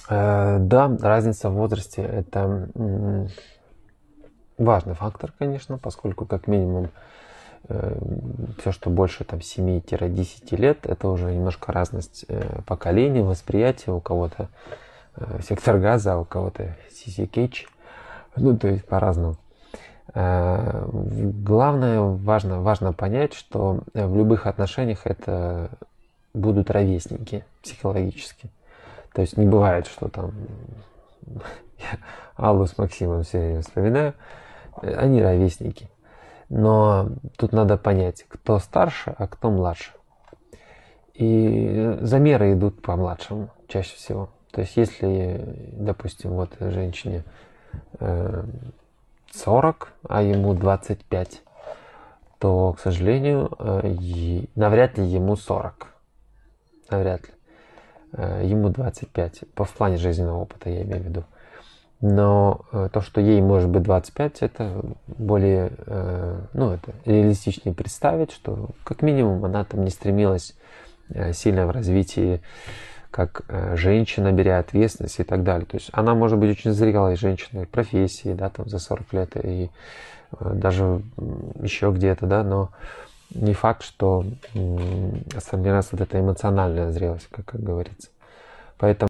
Да, разница в возрасте – это важный фактор, конечно, поскольку как минимум все, что больше там 7-10 лет, это уже немножко разность поколений, восприятия. У кого-то сектор газа, а у кого-то Сиси Кетч. Ну, то есть по-разному. Главное, важно понять, что в любых отношениях это будут ровесники психологически. То есть не бывает, что там я Аллу с Максимом все время вспоминаю. Они ровесники. Но тут надо понять, кто старше, а кто младше. И замеры идут по младшему чаще всего. То есть если, допустим, вот женщине 40, а ему 25, то, к сожалению, навряд ли ему 40. Навряд ли. Ему 25. В плане жизненного опыта я имею в виду. Но то, что ей может быть 25, это более, это реалистичнее представить, что как минимум она там не стремилась сильно в развитии как женщина, беря ответственность и так далее. То есть она может быть очень зрелой женщиной в профессии, да, там за 40 лет и даже еще где-то, да, но не факт, что сформировалась вот эта эмоциональная зрелость, как говорится. Поэтому